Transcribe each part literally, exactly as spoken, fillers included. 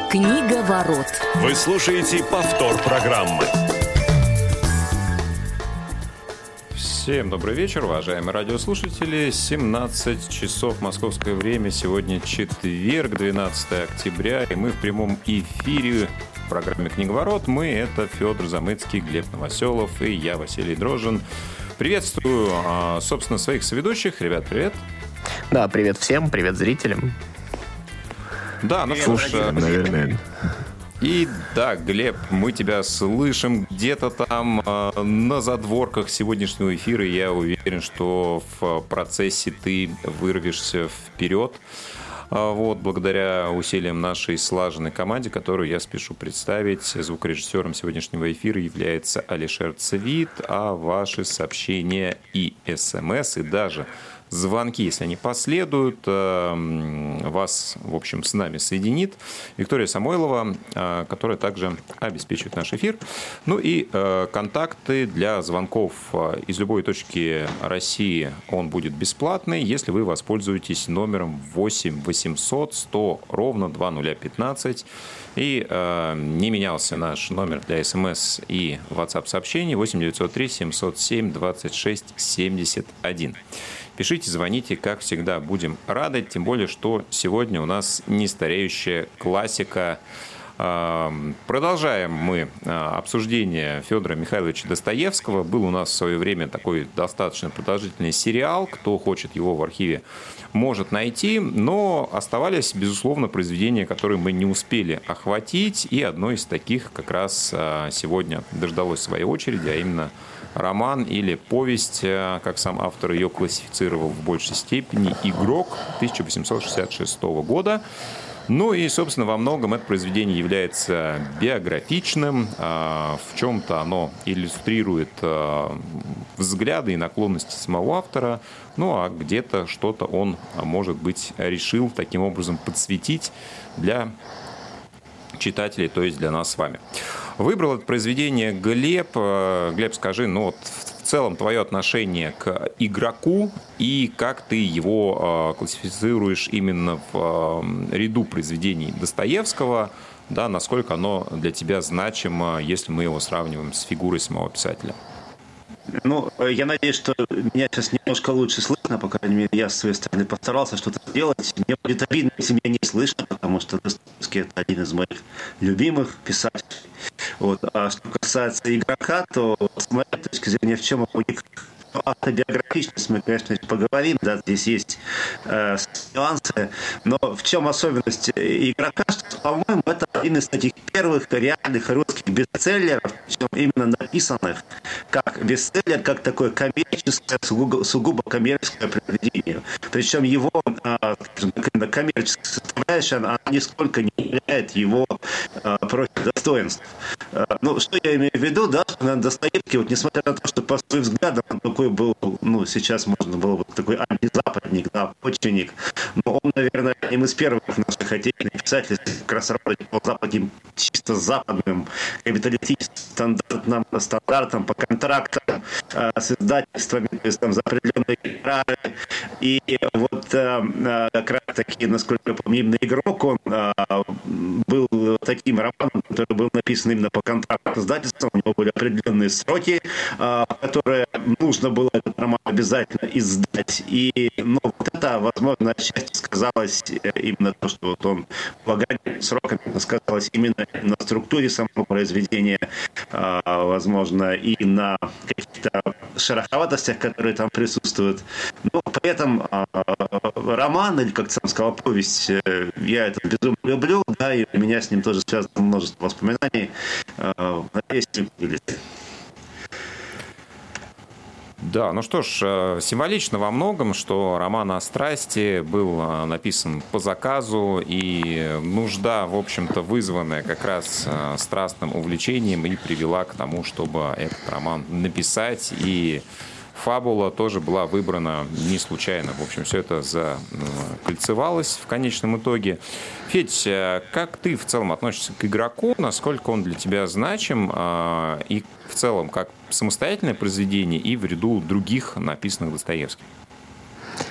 Книга ворот. Вы слушаете повтор программы. Всем добрый вечер, уважаемые радиослушатели. семнадцать часов московское время. Сегодня четверг, двенадцатое октября. И мы в прямом эфире в программе «Книга ворот». Мы — это Федор Замыцкий, Глеб Новоселов и я, Василий Дрожжин. Приветствую, собственно, своих соведущих. Ребят, привет. Да, привет всем, привет зрителям. Да, ну слушай, наверное. И да, Глеб, мы тебя слышим где-то там э, на задворках сегодняшнего эфира. Я уверен, что в процессе ты вырвешься вперед. А вот, благодаря усилиям нашей слаженной команде, которую я спешу представить. Звукорежиссером сегодняшнего эфира является Алишер Цвит, а ваши сообщения и смс, и даже звонки, если они последуют, вас, в общем, с нами соединит Виктория Самойлова, которая также обеспечивает наш эфир. Ну и контакты для звонков из любой точки России, он будет бесплатный, если вы воспользуетесь номером восемь восемьсот сто ровно двадцать ноль пятнадцать. И э, не менялся наш номер для смс и WhatsApp сообщений восемь девятьсот три семьсот семь двадцать шесть семьдесят один. Пишите, звоните, как всегда, будем рады, тем более, что сегодня у нас нестареющая классика. Продолжаем мы обсуждение Федора Михайловича Достоевского. Был у нас в свое время такой достаточно продолжительный сериал. Кто хочет его в архиве, может найти. Но оставались, безусловно, произведения, которые мы не успели охватить. И одно из таких как раз сегодня дождалось своей очереди, а именно роман или повесть, как сам автор ее классифицировал в большей степени, «Игрок» тысяча восемьсот шестьдесят шестого года. Ну и, собственно, во многом это произведение является биографичным, в чем-то оно иллюстрирует взгляды и наклонности самого автора, ну а где-то что-то он, может быть, решил таким образом подсветить для читателей, то есть для нас с вами. Выбрал это произведение Глеб. Глеб, скажи, ну вот в целом твое отношение к игроку и как ты его э, классифицируешь именно в э, ряду произведений Достоевского, да, насколько оно для тебя значимо, если мы его сравниваем с фигурой самого писателя? Ну, я надеюсь, что меня сейчас немножко лучше слышно, по крайней мере, я с своей стороны постарался что-то сделать. Мне будет обидно, если меня не слышно, потому что Достоевский — это один из моих любимых писателей. Вот. А что касается игрока, то с моей точки зрения, в чем уник автобиографичность, мы, конечно, поговорим, да, здесь есть э, нюансы, но в чем особенность игрока, что, по-моему, это один из таких первых реальных русских бестселлеров, причем именно написанных как бестселлер, как такое коммерческое, сугубо, сугубо коммерческое произведение. Причем его э, коммерческая составляющая, она нисколько не являет его э, против достоинств. Э, ну, что я имею в виду, да, что Достоевский, вот, несмотря на то, что по своим взглядам он такой был, ну, сейчас можно было бы такой антизападник, да, почвенник, но он, наверное, одним из первых наших отечественных писателей как раз работает по западным, чисто западным капиталистическим стандартам, стандартам по контрактам э, с издательствами, то есть там за определенные гонорары. И вот э, как раз таки, насколько я помню, именно «Игрок», он э, был таким романом, который был написан именно по контракту с издательством, у него были определенные сроки, э, которые нужно было этот роман обязательно издать. И, ну, вот это, возможно, отчасти сказалось именно то, что вот он полагает сроками, сказалось именно на структуре самого произведения, э, возможно, и на каких-то шероховатостях, которые там присутствуют. Но при этом э, роман, или, как ты сам сказал, повесть, э, я это безумно люблю, да, и у меня с ним тоже связано множество воспоминаний. Э, надеюсь, не поделиться. Да, ну что ж, символично во многом, что роман о страсти был написан по заказу, и нужда, в общем-то, вызванная как раз страстным увлечением и привела к тому, чтобы этот роман написать. И фабула тоже была выбрана не случайно. В общем, все это закольцевалось в конечном итоге. Федь, как ты в целом относишься к игроку? Насколько он для тебя значим? И в целом, как самостоятельное произведение и в ряду других, написанных Достоевским?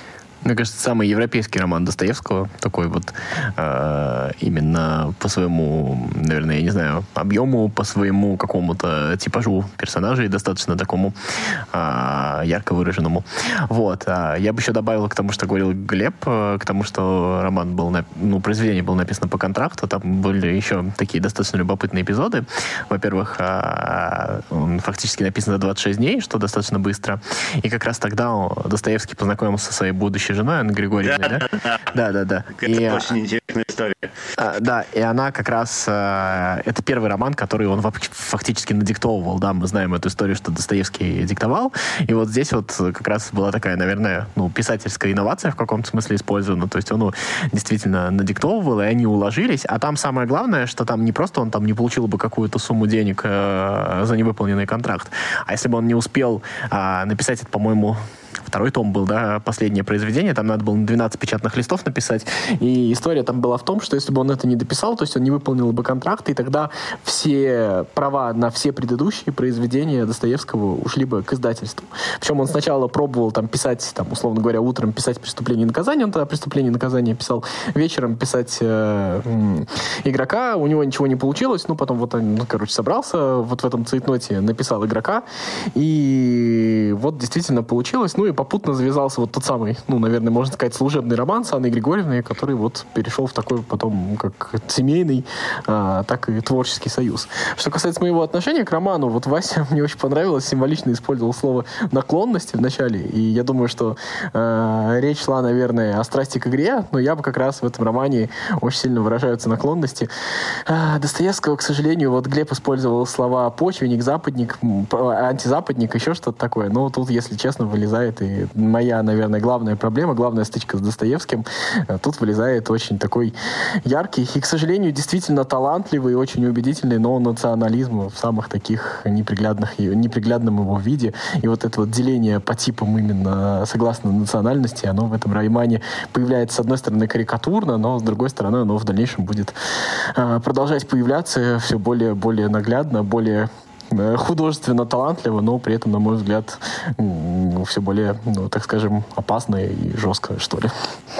Мне кажется, самый европейский роман Достоевского, такой вот э, именно по своему, наверное, я не знаю, объему, по своему какому-то типажу персонажей, достаточно такому э, ярко выраженному. Вот. А я бы еще добавил к тому, что говорил Глеб, к тому, что роман был, на, ну, произведение было написано по контракту, там были еще такие достаточно любопытные эпизоды. Во-первых, э, он фактически написан за двадцать шесть дней, что достаточно быстро. И как раз тогда Достоевский познакомился со своей будущей женой Анной Григорьевной, да? Да, да, да. да. Это и, очень интересная история. А, да, и она как раз... А, это первый роман, который он фактически надиктовывал, да, мы знаем эту историю, что Достоевский диктовал, и вот здесь вот как раз была такая, наверное, ну, писательская инновация в каком-то смысле использована, то есть он действительно надиктовывал, и они уложились, а там самое главное, что там не просто он там не получил бы какую-то сумму денег э, за невыполненный контракт, а если бы он не успел э, написать это, по-моему, второй том был, да, последнее произведение, там надо было двенадцать печатных листов написать, и история там была в том, что если бы он это не дописал, то есть он не выполнил бы контракт, и тогда все права на все предыдущие произведения Достоевского ушли бы к издательству. Причем он сначала пробовал там писать, там, условно говоря, утром писать «Преступление и наказание», он тогда «Преступление и наказание» писал, вечером писать э, м, «Игрока», у него ничего не получилось, ну, потом вот он, ну, короче, собрался, вот в этом цейтноте написал «Игрока», и вот действительно получилось, ну, и попутно завязался вот тот самый, ну, наверное, можно сказать, служебный роман с Анной Григорьевной, который вот перешел в такой потом как семейный, а, так и творческий союз. Что касается моего отношения к роману, вот Вася мне очень понравилось, символично использовал слово «наклонности» в начале, и я думаю, что э, речь шла, наверное, о страсти к игре, но я бы как раз в этом романе очень сильно выражаются наклонности. А, Достоевского, к сожалению, вот Глеб использовал слова «почвенник», «западник», «антизападник», еще что-то такое, но тут, если честно, вылезает и моя, наверное, главная проблема, главная стычка с Достоевским, тут вылезает очень такой яркий и, к сожалению, действительно талантливый и очень убедительный, но национализм в самых таких неприглядных, неприглядном его виде. И вот это вот деление по типам именно согласно национальности, оно в этом романе появляется, с одной стороны, карикатурно, но с другой стороны, оно в дальнейшем будет э, продолжать появляться все более, более наглядно, более художественно талантливо, но при этом, на мой взгляд, все более, ну, так скажем, опасное и жесткое, что ли.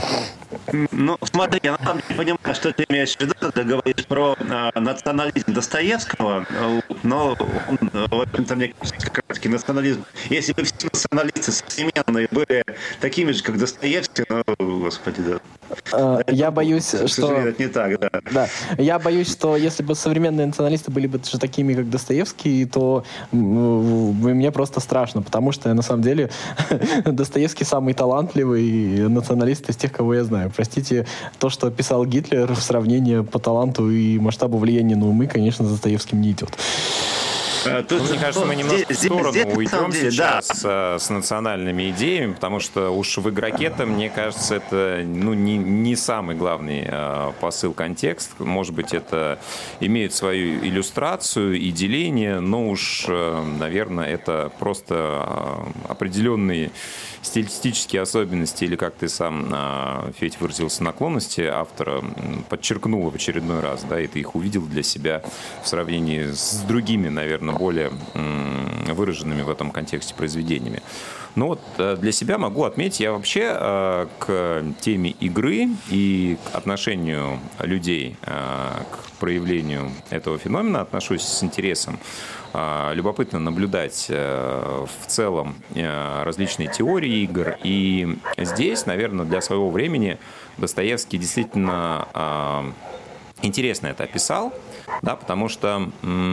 Ну, смотри, я на самом деле понимаю, что ты имеешь в виду, когда говоришь про э, национализм Достоевского, но, в общем-то, мне кажется, как раз-таки национализм, если бы все националисты современные были такими же, как Достоевский, ну, господи, да. Uh, это, я боюсь, к что... Это не так, да. Да. Я боюсь, что если бы современные националисты были бы же такими, как Достоевский, то мне просто страшно, потому что, на самом деле, Достоевский самый талантливый националист из тех, кого я знаю. Простите, то, что писал Гитлер, в сравнении по таланту и масштабу влияния на умы, конечно, с Достоевским не идет. Тут, ну, мне кажется, мы немножко здесь, в сторону здесь, уйдем деле, сейчас да. с, с национальными идеями, потому что уж в «Игроке»-то, мне кажется, это ну, не, не самый главный э, посыл, контекст. Может быть, это имеет свою иллюстрацию и деление, но уж, э, наверное, это просто э, определенные стилистические особенности, или как ты сам, э, Федь, выразился, наклонности автора подчеркнула в очередной раз, да, и ты их увидел для себя в сравнении с другими, наверное, более выраженными в этом контексте произведениями. Но вот для себя могу отметить, я вообще к теме игры и к отношению людей к проявлению этого феномена отношусь с интересом. Любопытно наблюдать в целом различные теории игр. И здесь, наверное, для своего времени Достоевский действительно интересно это описал, да, потому что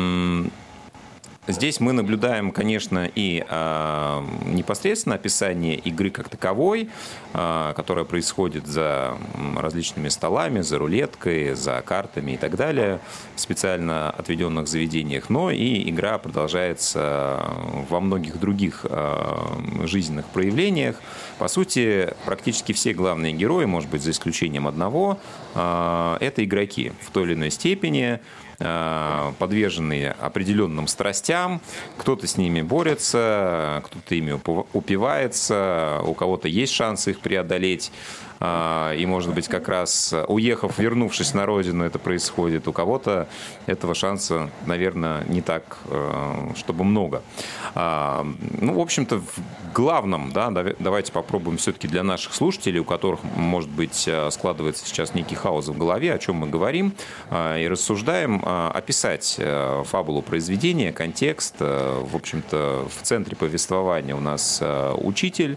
здесь мы наблюдаем, конечно, и э, непосредственно описание игры как таковой, э, которая происходит за различными столами, за рулеткой, за картами и так далее, в специально отведенных заведениях. Но и игра продолжается во многих других э, жизненных проявлениях. По сути, практически все главные герои, может быть, за исключением одного, э, это игроки в той или иной степени, подверженные определенным страстям, кто-то с ними борется, кто-то ими упивается, у кого-то есть шанс их преодолеть. и, может быть, как раз уехав, вернувшись на родину, это происходит. У кого-то этого шанса, наверное, не так, чтобы много. Ну, в общем-то, в главном, да, давайте попробуем все-таки для наших слушателей, у которых, может быть, складывается сейчас некий хаос в голове, о чем мы говорим и рассуждаем, описать фабулу произведения, контекст. В общем-то, в центре повествования у нас учитель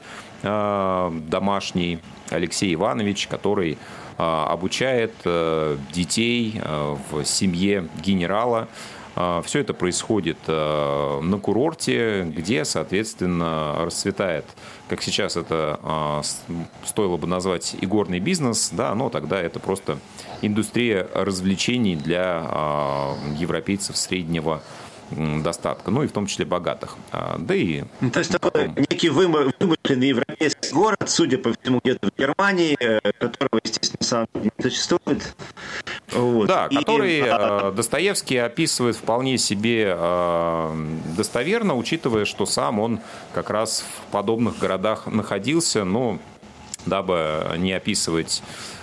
домашний Алексей Иванович, который обучает детей в семье генерала. Все это происходит на курорте, где, соответственно, расцветает, как сейчас это стоило бы назвать, игорный бизнес, да, но тогда это просто индустрия развлечений для европейцев среднего достатка, ну и в том числе богатых. Да и... То есть такой некий вымышленный европейский город, судя по всему, где-то в Германии, которого, естественно, сам не существует. Вот. Да, и... который Достоевский описывает вполне себе достоверно, учитывая, что сам он как раз в подобных городах находился, но дабы не описывать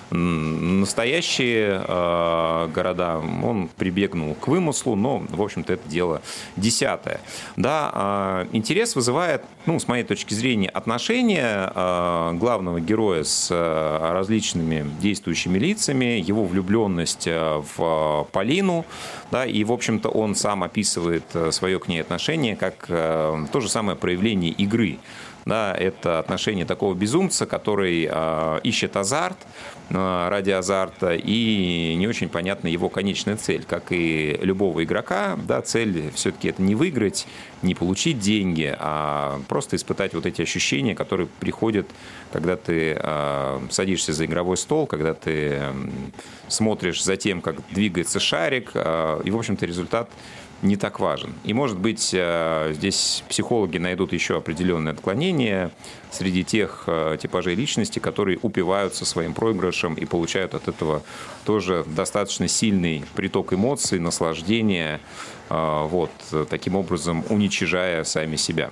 настоящие э, города, он прибегнул к вымыслу, но, в общем-то, это дело десятое. Да, э, интерес вызывает, ну, с моей точки зрения, отношения э, главного героя с э, различными действующими лицами, его влюбленность в Полину, да, и, в общем-то, он сам описывает свое к ней отношение как э, то же самое проявление игры. Да, это отношение такого безумца, который э, ищет азарт э, ради азарта, и не очень понятна его конечная цель. Как и любого игрока, да, цель все-таки это не выиграть, не получить деньги, а просто испытать вот эти ощущения, которые приходят, когда ты э, садишься за игровой стол, когда ты э, смотришь за тем, как двигается шарик, э, и, в общем-то, результат не так важен. И, может быть, здесь психологи найдут еще определенные отклонения среди тех типажей личности, которые упиваются своим проигрышем и получают от этого тоже достаточно сильный приток эмоций, наслаждения, вот, таким образом уничижая сами себя.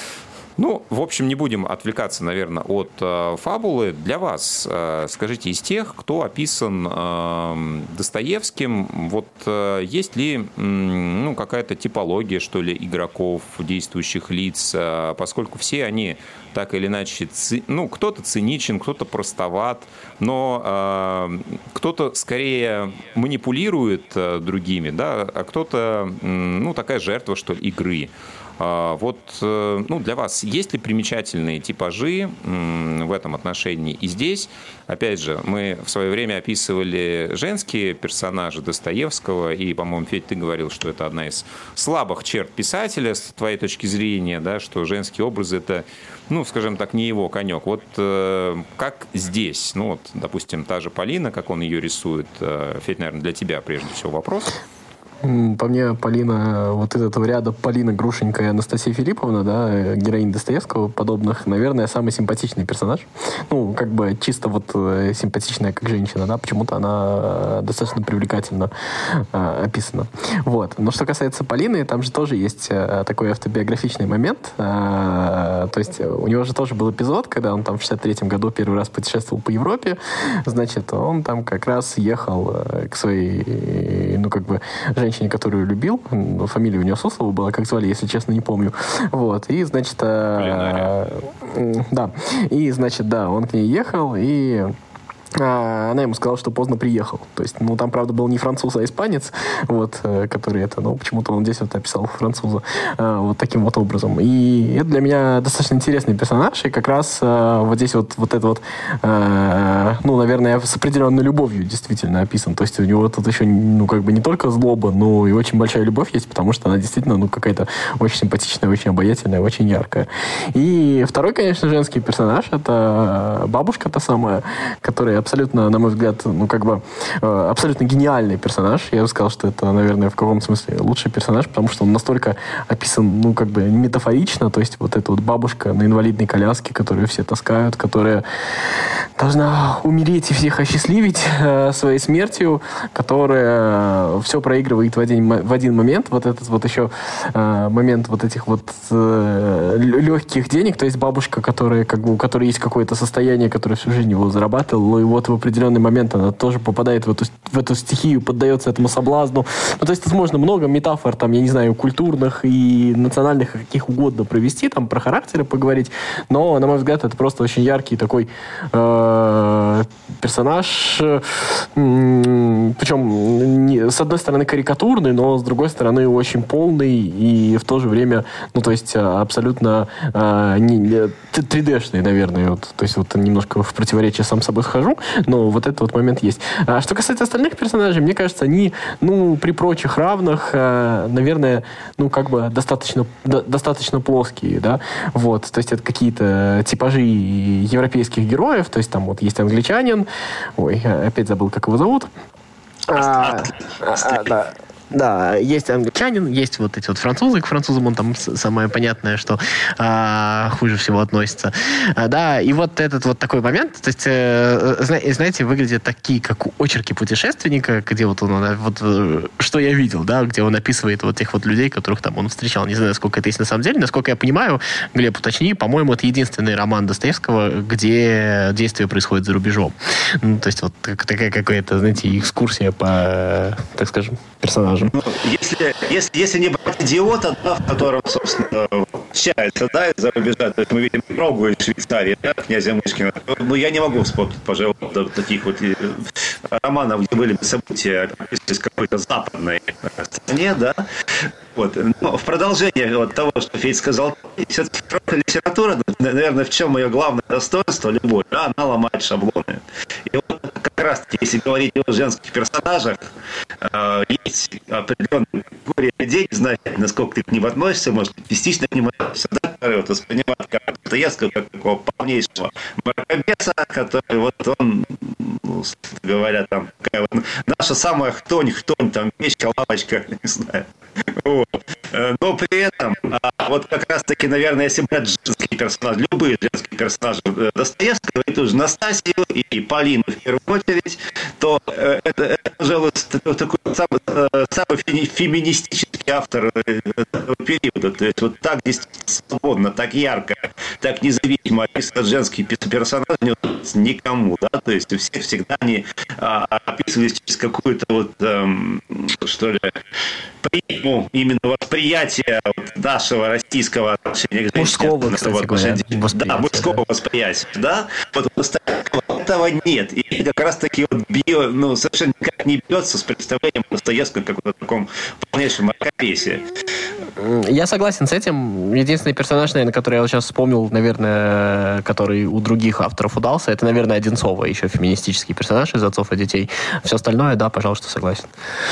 Ну, в общем, не будем отвлекаться, наверное, от э, фабулы. Для вас, э, скажите, из тех, кто описан э, Достоевским, вот э, есть ли э, ну, какая-то типология, что ли, игроков, действующих лиц, э, поскольку все они так или иначе, ци... ну, кто-то циничен, кто-то простоват, но э, кто-то скорее манипулирует э, другими, да, а кто-то, э, ну, такая жертва, что ли, игры. Вот, ну, для вас есть ли примечательные типажи в этом отношении? И здесь, опять же, мы в свое время описывали женские персонажи Достоевского, и, по-моему, Федь, ты говорил, что это одна из слабых черт писателя, с твоей точки зрения, да, что женские образы — это, ну, скажем так, не его конек. Вот как здесь? Ну, вот, допустим, та же Полина, как он ее рисует. Федь, наверное, для тебя прежде всего вопрос. По мне, Полина, вот из этого ряда Полина Грушенька и Анастасия Филипповна, да, героинь Достоевского, подобных, наверное, самый симпатичный персонаж. Ну, как бы чисто вот симпатичная как женщина, да, почему-то она достаточно привлекательно э, описана. Вот. Но что касается Полины, там же тоже есть э, такой автобиографичный момент. Э, то есть у него же тоже был эпизод, когда он там в шестьдесят третьем году первый раз путешествовал по Европе. Значит, он там как раз ехал э, к своей, ну, как бы, женщине, которую любил. Фамилия у нее Суслова была, как звали, если честно, не помню. Вот. И, значит, э, э, да. И, значит, да, он к ней ехал, и она ему сказала, что поздно приехал. То есть, ну, там, правда, был не француз, а испанец, вот, который это, ну, почему-то он здесь вот описал француза вот таким вот образом. И это для меня достаточно интересный персонаж, и как раз вот здесь вот, вот это вот, ну, наверное, с определенной любовью действительно описан. То есть у него тут еще, ну, как бы не только злоба, но и очень большая любовь есть, потому что она действительно, ну, какая-то очень симпатичная, очень обаятельная, очень яркая. И второй, конечно, женский персонаж — это бабушка та самая, которая абсолютно, на мой взгляд, ну, как бы, э, абсолютно гениальный персонаж. Я бы сказал, что это, наверное, в каком-то смысле лучший персонаж, потому что он настолько описан, ну, как бы, метафорично, то есть вот эта вот бабушка на инвалидной коляске, которую все таскают, которая должна умереть и всех осчастливить э, своей смертью, которая все проигрывает в один, в один момент. Вот этот вот еще э, момент вот этих вот э, легких денег, то есть бабушка, которая, как бы, у которой есть какое-то состояние, которое всю жизнь его зарабатывала, и вот в определенный момент она тоже попадает в эту, в эту стихию, поддается этому соблазну. Ну, то есть, возможно, много метафор, там, я не знаю, культурных и национальных, каких угодно провести, там, про характеры поговорить, но, на мой взгляд, это просто очень яркий такой э, персонаж, э, причем, не, с одной стороны, карикатурный, но, с другой стороны, очень полный и в то же время, ну, то есть, абсолютно э, не, три дэ-шный, наверное, вот, то есть, вот немножко в противоречие сам с собой схожу, но вот этот вот момент есть. А что касается остальных персонажей, мне кажется, они, ну, при прочих равных, э, наверное, ну, как бы достаточно, до, достаточно плоские, да, вот, то есть это какие-то типажи европейских героев, то есть там вот есть англичанин, ой, опять забыл, как его зовут. А, а, а, да. Да, есть англичанин, есть вот эти вот французы. К французам он там самое понятное, что а, хуже всего относится. А, да, и вот этот вот такой момент, то есть, э, знаете, выглядят такие, как очерки путешественника, где вот он, вот, что я видел, да, где он описывает вот тех вот людей, которых там он встречал. Не знаю, сколько это есть на самом деле. Насколько я понимаю, Глеб, уточни, по-моему, это единственный роман Достоевского, где действие происходит за рубежом. Ну, то есть вот такая какая-то, знаете, экскурсия по, так скажем, персонажам. Ну, если, если, если не брать идиота, да, в котором, собственно, общается, да, из-за рубежа, то есть мы видим Прогу из Швейцарии, да, князя Мышкина, ну, я не могу вспомнить, пожалуй, таких вот романов, где были события, описывались в какой-то западной стране, да, вот. Но в продолжение вот того, что Федь сказал, все-таки литература, наверное, в чем ее главное достоинство, любовь, да, она ломает шаблоны. И вот как раз-таки, если говорить о женских персонажах, э, есть определенная категория людей, не знаю, насколько ты к ним относишься, может, частично к ним относишься, да, которые вот воспринимают как Достоевского, как такого полнейшего мракобеса, который вот он, ну, говоря, там, такая вот наша самая хтонь-хтонь, там, печка, лавочка, не знаю. Вот. Но при этом, вот как раз-таки, наверное, если брать женские персонажи, любые женские персонажи Достоевского, и ту же Настасью, и Полину в первую очередь, то это, это пожалуй, такой самый, самый феминистический автор этого периода. То есть вот так действительно свободно, так ярко, так независимо описывать женские персонажи не никому, да, то есть все всегда они а, описывались через какую-то вот, эм, что ли, призму именно восприятия вот нашего российского отношения к женщине. Мужского, кстати говоря. Да, мужского да. восприятия, да. Вот этого нет. И как раз таки вот био, ну, совершенно никак не бьется с представлением Достоевского как в таком полнейшем мракобесии. Я согласен с этим. Единственный персонаж, наверное, который я вот сейчас вспомнил, наверное, который у других авторов удался, это, наверное, Одинцова, еще феминистический персонаж из «Отцов и детей». Все остальное, да, пожалуйста, согласен.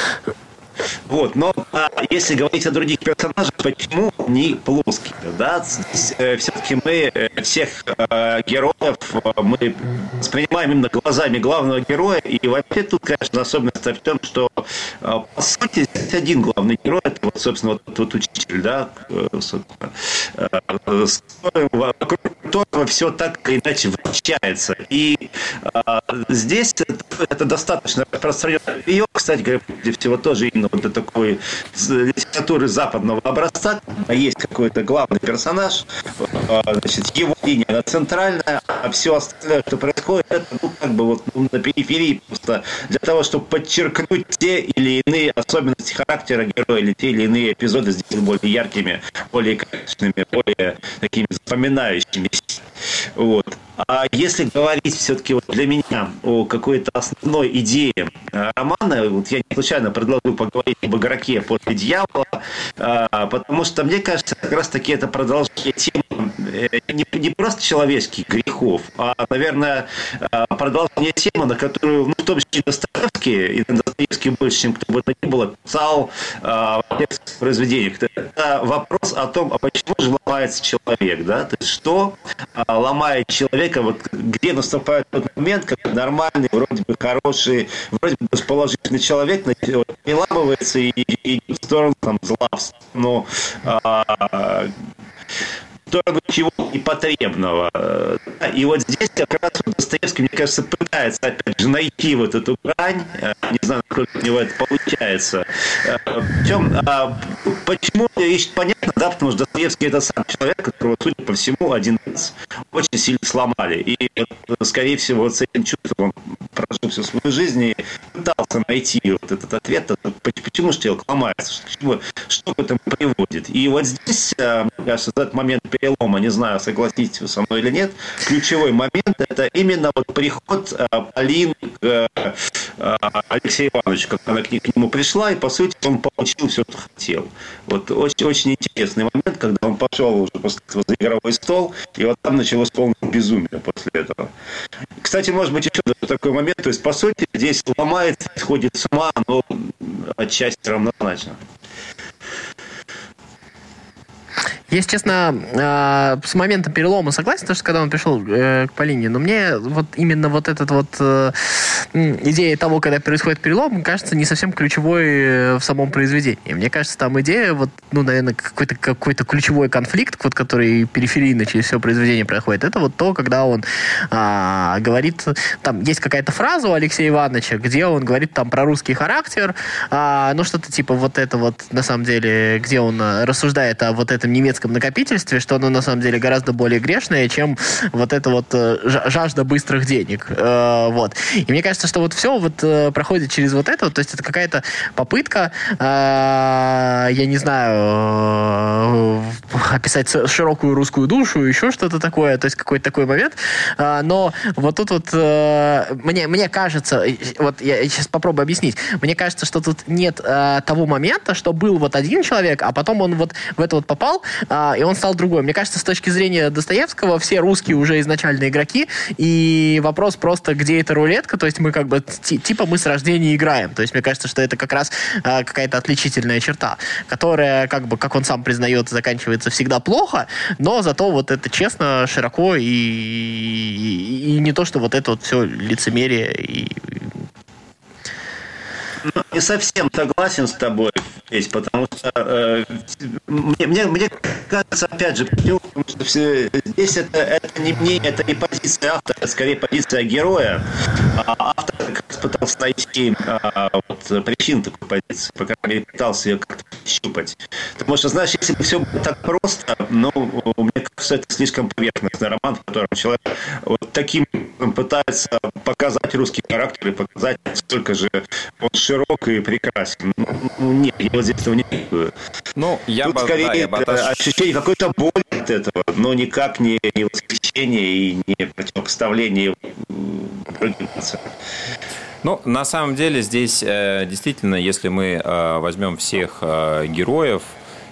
Вот, но а, если говорить о других персонажах, почему не плоские, да? Э, все-таки мы э, всех э, героев э, мы воспринимаем именно глазами главного героя, и вообще тут, конечно, особенность в том, что э, по сути здесь один главный герой, это вот, собственно, вот тот учитель, да, э, собственно, э, с которым, вокруг которого все так или иначе вращается. И э, здесь это, это достаточно распространенный прием, кстати говоря, прежде всего тоже именно вот такой литературы западного образца, есть какой-то главный персонаж, значит, его линия она центральная, а все остальное, что происходит, это ну, как бы вот ну, на периферии, просто для того, чтобы подчеркнуть те или иные особенности характера героя, или те или иные эпизоды сделать более яркими, более качественными, более такими запоминающимися. Вот. А если говорить все-таки вот для меня о какой-то основной идее романа, вот я не случайно предложил поговорить об игроке после дьявола, потому что мне кажется, как раз-таки это продолжение темы не, не просто человеческих грехов, а, наверное, продолжение темы, на которую, ну, в том числе Достоевский, и Достоевский больше, чем кто бы то ни было, писал в текстах произведениях. Это вопрос о том, а почему же ломается человек, да? То есть что ломает человека, вот где наступает тот момент, когда нормальный, вроде бы хороший, вроде бы положительный человек переламывается и идет в сторону там, зла. Но а, дорого чего непотребного. И вот здесь как раз Достоевский, мне кажется, пытается, опять же, найти вот эту грань. Не знаю, насколько у него это получается. Причем, почему, понятно, да, потому что Достоевский это сам человек, которого, судя по всему, один раз очень сильно сломали. И, скорее всего, вот с этим чувством он прожил всю свою жизнь и пытался найти вот этот ответ, почему же человек ломается, что, что к этому приводит. И вот здесь, мне кажется, этот момент перелома, не знаю, согласитесь вы со мной или нет, ключевой момент – это именно вот приход Полины к Алексею Ивановичу, как она к нему пришла, и, по сути, он получил все, что хотел. Вот очень, очень интересный момент, когда он пошел уже после этого за игровой стол, и вот там началось полное безумие после этого. Кстати, может быть, еще такой момент, то есть, по сути, здесь ломает, сходит с ума, но отчасти равнозначно. Если честно, с моментом перелома согласен, потому что когда он пришел к Полине, но мне вот именно вот эта вот идея того, когда происходит перелом, кажется не совсем ключевой в самом произведении. Мне кажется, там идея, вот, ну, наверное, какой-то, какой-то ключевой конфликт, вот, который периферийно через все произведение проходит, это вот то, когда он а, говорит, там есть какая-то фраза у Алексея Ивановича, где он говорит там про русский характер, а, ну, что-то типа вот это вот, на самом деле, где он рассуждает о вот этом немецком накопительстве, что оно на самом деле гораздо более грешное, чем вот это вот жажда быстрых денег. Вот. И мне кажется, что вот все вот проходит через вот это, то есть это какая-то попытка, я не знаю, описать широкую русскую душу, еще что-то такое, то есть какой-то такой момент. Но вот тут вот мне, мне кажется, вот я сейчас попробую объяснить, мне кажется, что тут нет того момента, что был вот один человек, а потом он вот в это вот попал, и он стал другой. Мне кажется, с точки зрения Достоевского, все русские уже изначально игроки, и вопрос просто, где эта рулетка, то есть мы как бы, типа мы с рождения играем. То есть мне кажется, что это как раз а, какая-то отличительная черта, которая, как бы, как он сам признает, заканчивается всегда плохо, но зато вот это честно, широко, и, и, и не то, что вот это вот все лицемерие и... Ну, не совсем согласен с тобой здесь, потому что э, мне, мне, мне кажется, опять же, потому что все, здесь это, это не мнение, это не позиция автора, это скорее позиция героя. А автор как раз пытался найти а, вот, причину такой позиции, по крайней мере, пытался ее как-то щупать. Потому что, знаешь, если бы все было так просто, ну, мне кажется, это слишком поверхностный роман, в котором человек вот таким пытается показать русский характер и показать, насколько же он широк и прекрасен. Ну, нет, я вот здесь этого не чувствую. Ну, я Тут бы, скорее да, я бы отош... ощущение какой-то боли от этого, но никак не, не восхищение и не противопоставление другим. Ну, на самом деле, здесь э, действительно, если мы э, возьмем всех э, героев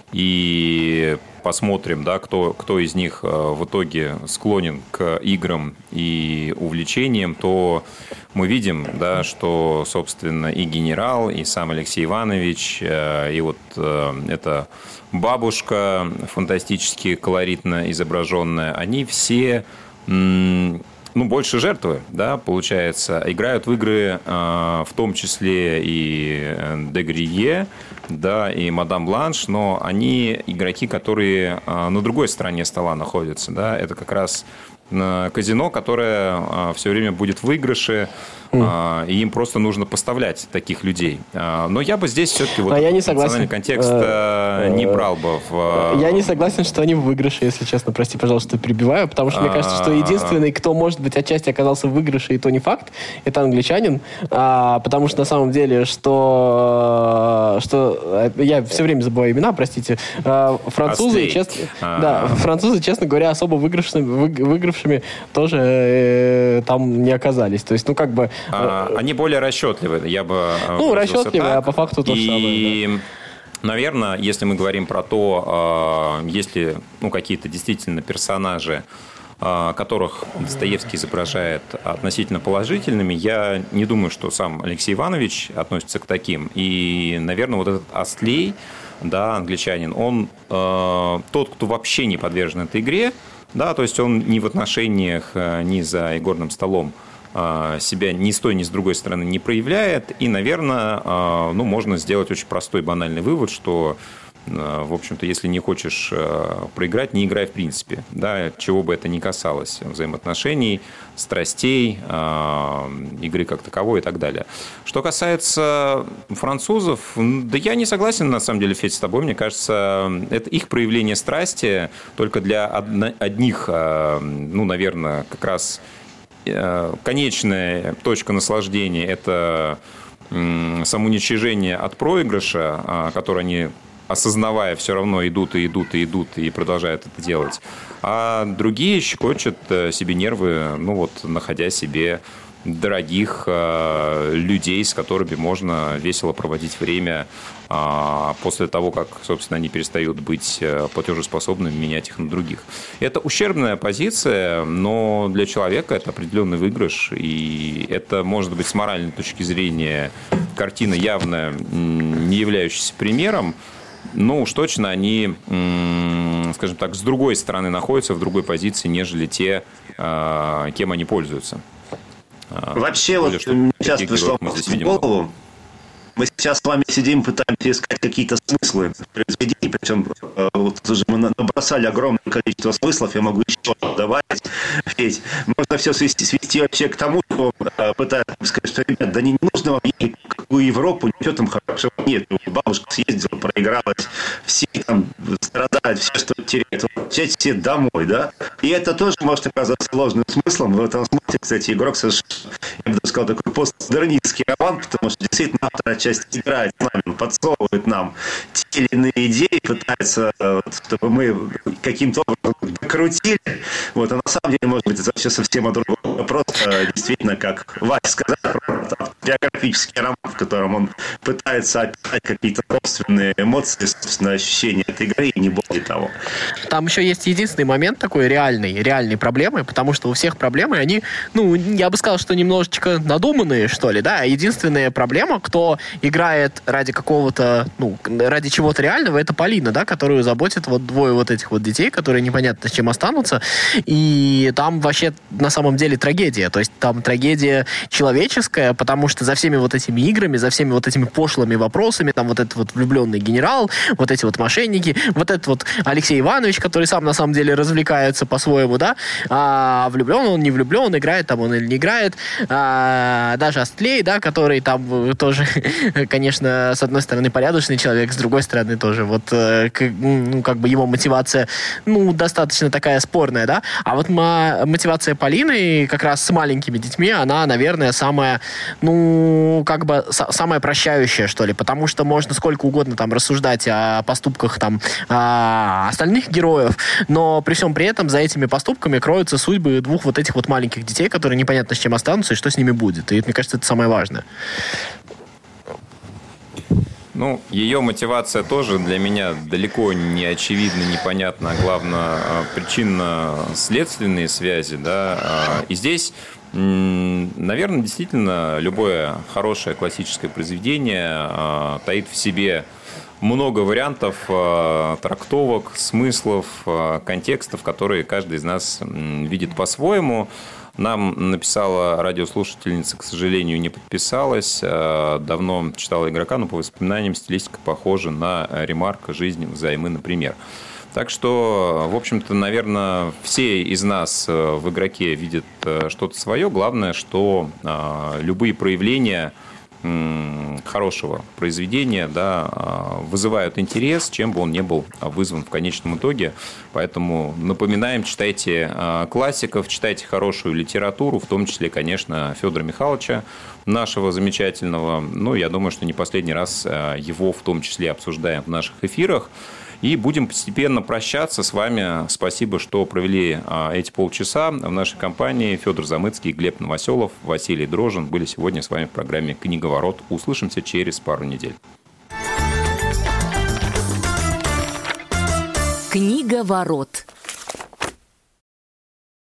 и посмотрим, да, кто, кто из них э, в итоге склонен к играм и увлечениям, то мы видим, да, что, собственно, и генерал, и сам Алексей Иванович, э, и вот э, эта бабушка фантастически колоритно изображенная, они все... М- Ну, больше жертвы, да, получается, играют в игры, э, в том числе и де Грие, да, и мадам Бланш, но они игроки, которые э, на другой стороне стола находятся, да, это как раз э, казино, которое э, все время будет в выигрыше, э, и им просто нужно поставлять таких людей. Э, но я бы здесь все-таки вот а я не национальный контекст э, не брал бы в... Я не согласен, что они в выигрыше, если честно, прости, пожалуйста, перебиваю, потому что мне кажется, что единственный, кто, может быть, отчасти оказался в выигрыше, и то не факт, это англичанин, а, потому что на самом деле, что, что я все время забываю имена, простите, а, французы, честно, да, французы, честно говоря, особо выигравшими, выигравшими тоже э, там не оказались. То есть, ну, как бы... А, они более расчетливые, я бы... Ну, расчетливые, а по факту то же самое. И... Да. Наверное, если мы говорим про то, если ну, какие-то действительно персонажи, которых Достоевский изображает относительно положительными, я не думаю, что сам Алексей Иванович относится к таким. И, наверное, вот этот Астлей, да, англичанин, он э, тот, кто вообще не подвержен этой игре, да, то есть он ни в отношениях, ни за игорным столом себя ни с той, ни с другой стороны не проявляет. И, наверное, ну, можно сделать очень простой банальный вывод, что В общем-то, если не хочешь проиграть, не играй в принципе, да, чего бы это ни касалось, взаимоотношений, страстей, игры как таковой и так далее. Что касается французов, да я не согласен, на самом деле, Федь, с тобой. Мне кажется, это их проявление страсти только для одних, ну, наверное, как раз конечная точка наслаждения – это самоуничижение от проигрыша, который они, осознавая, все равно идут и идут и идут и продолжают это делать. А другие щекочут себе нервы, ну вот, находя себе дорогих э, людей, с которыми можно весело проводить время э, после того, как, собственно, они перестают быть платежеспособными, менять их на других. Это ущербная позиция, но для человека это определенный выигрыш, и это, может быть, с моральной точки зрения картина явно не являющаяся примером, но уж точно они, скажем так, с другой стороны находятся, в другой позиции, нежели те, э, кем они пользуются. Вообще, вот мне сейчас пришло в голову, мы сейчас с вами сидим, пытаемся искать какие-то смыслы произведений, причем вот уже мы набросали огромное количество смыслов, я могу еще добавить. Ведь можно все свести, свести вообще к тому, что пытаются сказать, что, ребят, да не нужно вам ехать в какую Европу, ничего там хорошего нет. Бабушка съездила, проигралась, все там страдают, все, что теряют, возвращайтесь все домой, да? И это тоже может оказаться ложным смыслом. В этом смысле, кстати, игрок совершенно, я бы сказал, такой постмодернистский роман, потому что действительно автор отчасти играет с нами, подсовывает нам те или иные идеи, пытается, чтобы мы каким-то образом докрутили. Вот, а на самом деле, может быть, это вообще совсем о другом. Просто действительно, как Вася сказал, биографический роман, в котором он пытается описать какие-то собственные эмоции, собственные ощущения этой игры, и не более того. Там еще есть единственный момент такой реальный, реальной проблемы, потому что у всех проблемы, они, ну, я бы сказал, что немножечко надуманные, что ли, да, единственная проблема, кто играет ради какого-то, ну, ради чего-то реального, это Полина, да, которую заботит вот двое вот этих вот детей, которые непонятно с чем останутся, и там вообще на самом деле трагедия, то есть там трагедия человеческая, потому что за всеми вот этими играми, за всеми вот этими пошлыми вопросами, там вот этот вот влюбленный генерал, вот эти вот мошенники, вот этот вот Алексей Иванович, который сам на самом деле развлекается по-своему, да, а влюблен он, не влюблен, играет там он или не играет, а, даже Астлей, да, который там тоже, конечно, с одной стороны порядочный человек, с другой стороны тоже вот, ну, как бы его мотивация, ну, достаточно такая спорная, да, а вот мотивация Полины как раз с маленькими детьми, она, наверное, самая, ну, как бы самая прощающая, что ли, потому что можно сколько угодно там рассуждать о поступках там о остальных героев, но при всем при этом за этими поступками кроются судьбы двух вот этих вот маленьких детей, которые непонятно с чем останутся и что с ними будет. И мне кажется, это самое важное. Ну, ее мотивация тоже для меня далеко не очевидна, непонятна, а главное, причинно-следственные связи, да, и здесь, наверное, действительно любое хорошее классическое произведение таит в себе много вариантов, трактовок, смыслов, контекстов, которые каждый из нас видит по-своему. Нам написала радиослушательница, к сожалению, не подписалась. Давно читала игрока, но по воспоминаниям стилистика похожа на ремарк «Жизнь взаймы», например. Так что, в общем-то, наверное, все из нас в игроке видят что-то свое. Главное, что любые проявления хорошего произведения, да, вызывают интерес, чем бы он ни был вызван в конечном итоге. Поэтому напоминаем, читайте классиков, читайте хорошую литературу, в том числе, конечно, Федора Михайловича, нашего замечательного. Ну, я думаю, что не последний раз его в том числе обсуждаем в наших эфирах. И будем постепенно прощаться с вами. Спасибо, что провели эти полчаса в нашей компании. Федор Замыцкий, Глеб Новоселов, Василий Дрожжин были сегодня с вами в программе «Книговорот». Услышимся через пару недель. Книговорот.